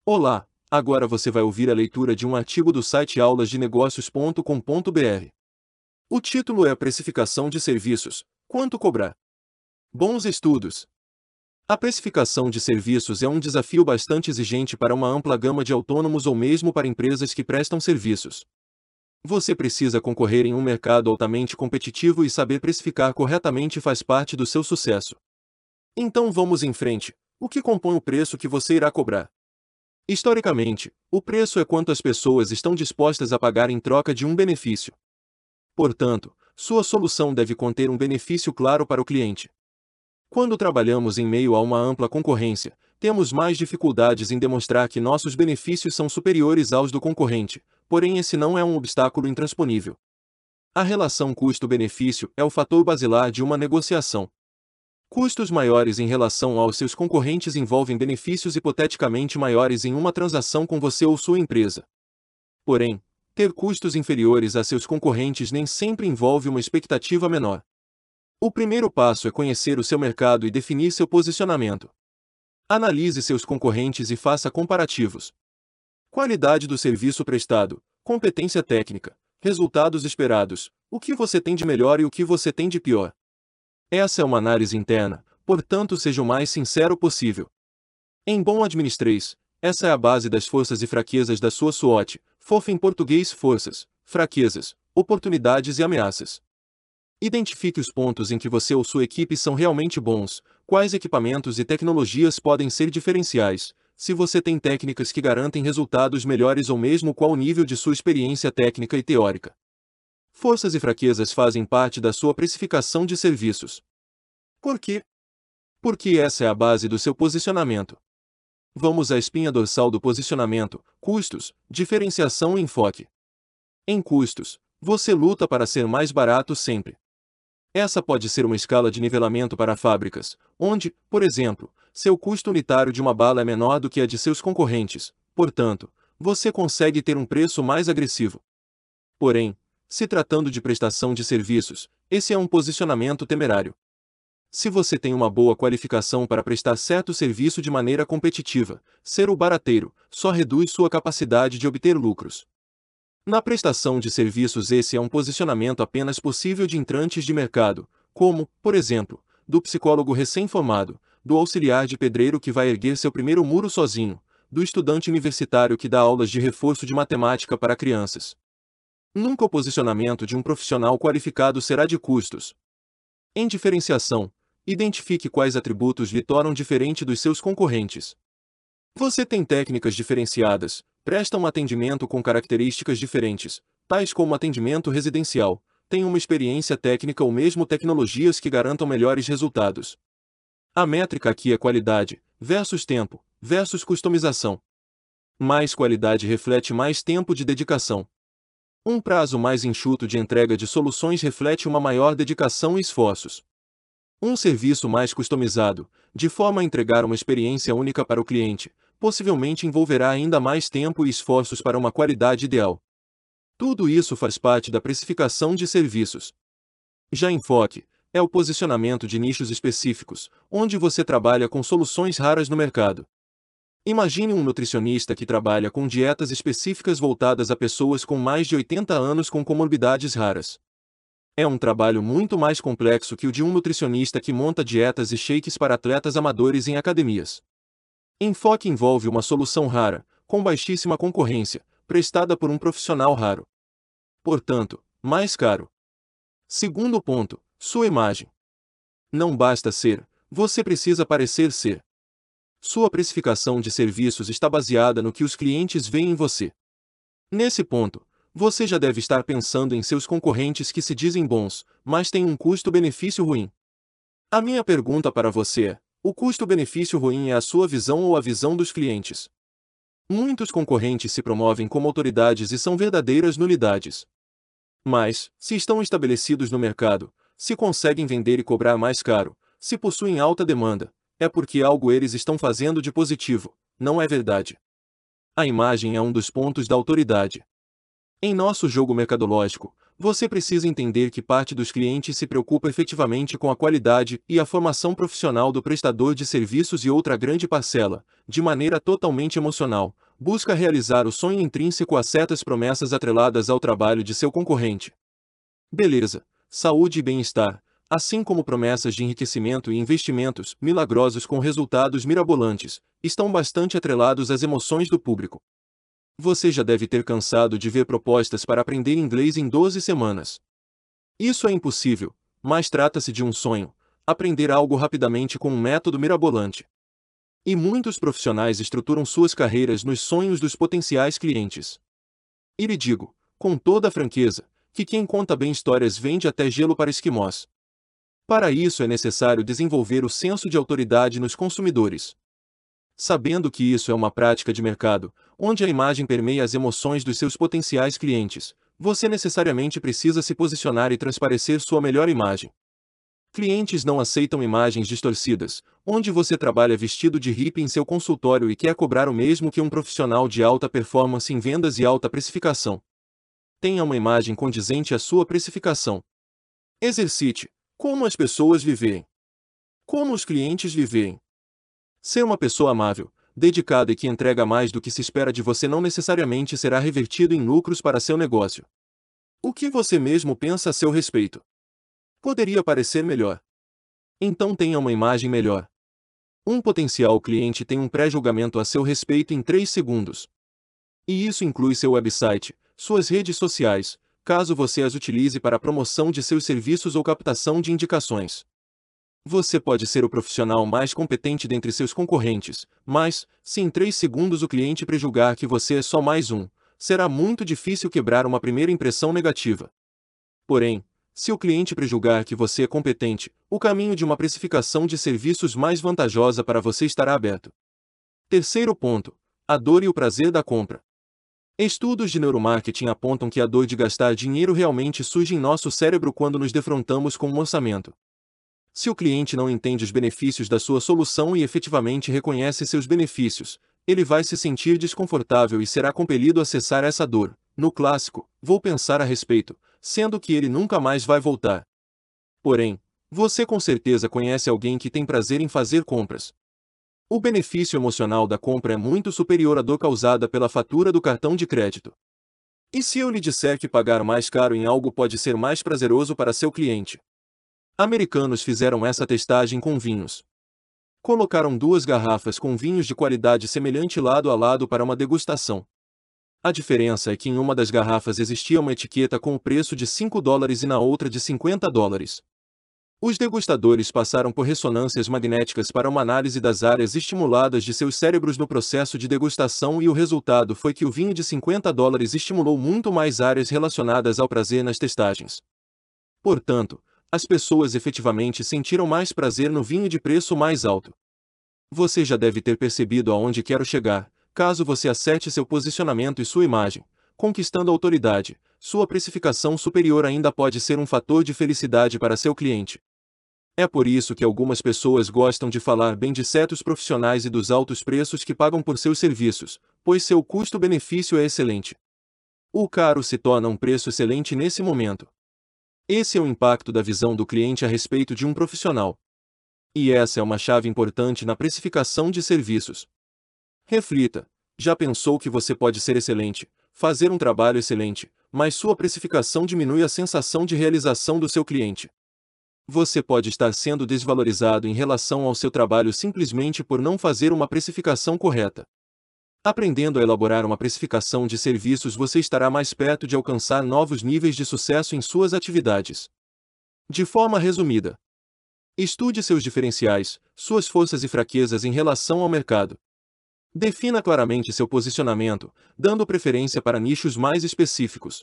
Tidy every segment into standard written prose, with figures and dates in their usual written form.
Olá, agora você vai ouvir a leitura de um artigo do site aulasdenegócios.com.br. O título é A Precificação de Serviços: Quanto cobrar? Bons estudos! A precificação de serviços é um desafio bastante exigente para uma ampla gama de autônomos ou mesmo para empresas que prestam serviços. Você precisa concorrer em um mercado altamente competitivo e saber precificar corretamente faz parte do seu sucesso. Então vamos em frente. O que compõe o preço que você irá cobrar? Historicamente, o preço é quanto as pessoas estão dispostas a pagar em troca de um benefício. Portanto, sua solução deve conter um benefício claro para o cliente. Quando trabalhamos em meio a uma ampla concorrência, temos mais dificuldades em demonstrar que nossos benefícios são superiores aos do concorrente, porém esse não é um obstáculo intransponível. A relação custo-benefício é o fator basilar de uma negociação. Custos maiores em relação aos seus concorrentes envolvem benefícios hipoteticamente maiores em uma transação com você ou sua empresa. Porém, ter custos inferiores a seus concorrentes nem sempre envolve uma expectativa menor. O primeiro passo é conhecer o seu mercado e definir seu posicionamento. Analise seus concorrentes e faça comparativos. Qualidade do serviço prestado, competência técnica, resultados esperados, o que você tem de melhor e o que você tem de pior. Essa é uma análise interna, portanto seja o mais sincero possível. Em bom administrês, essa é a base das forças e fraquezas da sua SWOT, FOF em português forças, fraquezas, oportunidades e ameaças. Identifique os pontos em que você ou sua equipe são realmente bons, quais equipamentos e tecnologias podem ser diferenciais, se você tem técnicas que garantem resultados melhores ou mesmo qual o nível de sua experiência técnica e teórica. Forças e fraquezas fazem parte da sua precificação de serviços. Por quê? Porque essa é a base do seu posicionamento. Vamos à espinha dorsal do posicionamento: custos, diferenciação e enfoque. Em custos, você luta para ser mais barato sempre. Essa pode ser uma escala de nivelamento para fábricas, onde, por exemplo, seu custo unitário de uma bala é menor do que a de seus concorrentes, portanto, você consegue ter um preço mais agressivo. Porém, se tratando de prestação de serviços, esse é um posicionamento temerário. Se você tem uma boa qualificação para prestar certo serviço de maneira competitiva, ser o barateiro só reduz sua capacidade de obter lucros. Na prestação de serviços, esse é um posicionamento apenas possível de entrantes de mercado, como, por exemplo, do psicólogo recém-formado, do auxiliar de pedreiro que vai erguer seu primeiro muro sozinho, do estudante universitário que dá aulas de reforço de matemática para crianças. Nunca o posicionamento de um profissional qualificado será de custos. Em diferenciação, identifique quais atributos lhe tornam diferente dos seus concorrentes. Você tem técnicas diferenciadas, presta um atendimento com características diferentes, tais como atendimento residencial, tem uma experiência técnica ou mesmo tecnologias que garantam melhores resultados. A métrica aqui é qualidade, versus tempo, versus customização. Mais qualidade reflete mais tempo de dedicação. Um prazo mais enxuto de entrega de soluções reflete uma maior dedicação e esforços. Um serviço mais customizado, de forma a entregar uma experiência única para o cliente, possivelmente envolverá ainda mais tempo e esforços para uma qualidade ideal. Tudo isso faz parte da precificação de serviços. Já enfoque é o posicionamento de nichos específicos, onde você trabalha com soluções raras no mercado. Imagine um nutricionista que trabalha com dietas específicas voltadas a pessoas com mais de 80 anos com comorbidades raras. É um trabalho muito mais complexo que o de um nutricionista que monta dietas e shakes para atletas amadores em academias. Enfoque envolve uma solução rara, com baixíssima concorrência, prestada por um profissional raro. Portanto, mais caro. Segundo ponto, sua imagem. Não basta ser, você precisa parecer ser. Sua precificação de serviços está baseada no que os clientes veem em você. Nesse ponto, você já deve estar pensando em seus concorrentes que se dizem bons, mas têm um custo-benefício ruim. A minha pergunta para você é: o custo-benefício ruim é a sua visão ou a visão dos clientes? Muitos concorrentes se promovem como autoridades e são verdadeiras nulidades. Mas, se estão estabelecidos no mercado, se conseguem vender e cobrar mais caro, se possuem alta demanda, é porque algo eles estão fazendo de positivo, não é verdade? A imagem é um dos pontos da autoridade. Em nosso jogo mercadológico, Você precisa entender que parte dos clientes se preocupa efetivamente com a qualidade e a formação profissional do prestador de serviços e outra grande parcela, de maneira totalmente emocional, busca realizar o sonho intrínseco a certas promessas atreladas ao trabalho de seu concorrente. Beleza, saúde e bem-estar, assim como promessas de enriquecimento e investimentos milagrosos com resultados mirabolantes, estão bastante atrelados às emoções do público. Você já deve ter cansado de ver propostas para aprender inglês em 12 semanas. Isso é impossível, mas trata-se de um sonho, aprender algo rapidamente com um método mirabolante. E muitos profissionais estruturam suas carreiras nos sonhos dos potenciais clientes. E lhe digo, com toda a franqueza, que quem conta bem histórias vende até gelo para esquimós. Para isso é necessário desenvolver o senso de autoridade nos consumidores. Sabendo que isso é uma prática de mercado, onde a imagem permeia as emoções dos seus potenciais clientes, você necessariamente precisa se posicionar e transparecer sua melhor imagem. Clientes não aceitam imagens distorcidas, onde você trabalha vestido de hippie em seu consultório e quer cobrar o mesmo que um profissional de alta performance em vendas e alta precificação. Tenha uma imagem condizente à sua precificação. Exercite como as pessoas vivem. Como os clientes vivem. Ser uma pessoa amável, dedicada e que entrega mais do que se espera de você não necessariamente será revertido em lucros para seu negócio. O que você mesmo pensa a seu respeito? Poderia parecer melhor. Então tenha uma imagem melhor. Um potencial cliente tem um pré-julgamento a seu respeito em 3 segundos. E isso inclui seu website, suas redes sociais, caso você as utilize para a promoção de seus serviços ou captação de indicações. Você pode ser o profissional mais competente dentre seus concorrentes, mas, se em 3 segundos o cliente prejulgar que você é só mais um, será muito difícil quebrar uma primeira impressão negativa. Porém, se o cliente prejulgar que você é competente, o caminho de uma precificação de serviços mais vantajosa para você estará aberto. Terceiro ponto: a dor e o prazer da compra. Estudos de neuromarketing apontam que a dor de gastar dinheiro realmente surge em nosso cérebro quando nos defrontamos com um orçamento. Se o cliente não entende os benefícios da sua solução e efetivamente reconhece seus benefícios, ele vai se sentir desconfortável e será compelido a cessar essa dor. No clássico, vou pensar a respeito, sendo que ele nunca mais vai voltar. Porém, você com certeza conhece alguém que tem prazer em fazer compras. O benefício emocional da compra é muito superior à dor causada pela fatura do cartão de crédito. E se eu lhe disser que pagar mais caro em algo pode ser mais prazeroso para seu cliente? Americanos fizeram essa testagem com vinhos. Colocaram 2 garrafas com vinhos de qualidade semelhante lado a lado para uma degustação. A diferença é que em uma das garrafas existia uma etiqueta com o preço de $5 e na outra de $50. Os degustadores passaram por ressonâncias magnéticas para uma análise das áreas estimuladas de seus cérebros no processo de degustação e o resultado foi que o vinho de $50 estimulou muito mais áreas relacionadas ao prazer nas testagens. Portanto, as pessoas efetivamente sentiram mais prazer no vinho de preço mais alto. Você já deve ter percebido aonde quero chegar, caso você acerte seu posicionamento e sua imagem, conquistando autoridade, sua precificação superior ainda pode ser um fator de felicidade para seu cliente. É por isso que algumas pessoas gostam de falar bem de certos profissionais e dos altos preços que pagam por seus serviços, pois seu custo-benefício é excelente. O caro se torna um preço excelente nesse momento. Esse é o impacto da visão do cliente a respeito de um profissional. E essa é uma chave importante na precificação de serviços. Reflita, já pensou que você pode ser excelente, fazer um trabalho excelente, mas sua precificação diminui a sensação de realização do seu cliente? Você pode estar sendo desvalorizado em relação ao seu trabalho simplesmente por não fazer uma precificação correta. Aprendendo a elaborar uma precificação de serviços, você estará mais perto de alcançar novos níveis de sucesso em suas atividades. De forma resumida, estude seus diferenciais, suas forças e fraquezas em relação ao mercado. Defina claramente seu posicionamento, dando preferência para nichos mais específicos.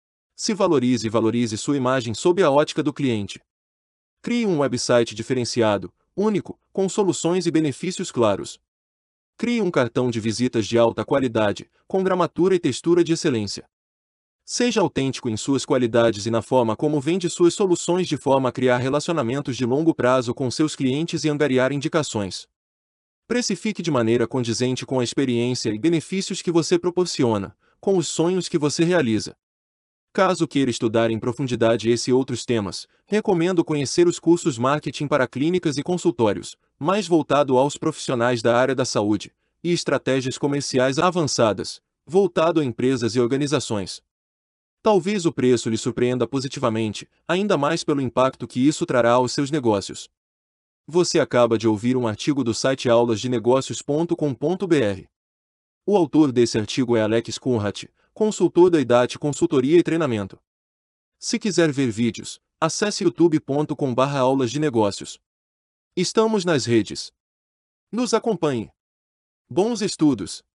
Se valorize e valorize sua imagem sob a ótica do cliente. Crie um website diferenciado, único, com soluções e benefícios claros. Crie um cartão de visitas de alta qualidade, com gramatura e textura de excelência. Seja autêntico em suas qualidades e na forma como vende suas soluções de forma a criar relacionamentos de longo prazo com seus clientes e angariar indicações. Precifique de maneira condizente com a experiência e benefícios que você proporciona, com os sonhos que você realiza. Caso queira estudar em profundidade esse e outros temas, recomendo conhecer os cursos Marketing para Clínicas e Consultórios, mais voltado aos profissionais da área da saúde, e Estratégias Comerciais Avançadas, voltado a empresas e organizações. Talvez o preço lhe surpreenda positivamente, ainda mais pelo impacto que isso trará aos seus negócios. Você acaba de ouvir um artigo do site aulasdenegócios.com.br. O autor desse artigo é Alex Kunrat, consultor da IDAT Consultoria e Treinamento. Se quiser ver vídeos, acesse youtube.com/aulas de negócios. Estamos nas redes. Nos acompanhe. Bons estudos!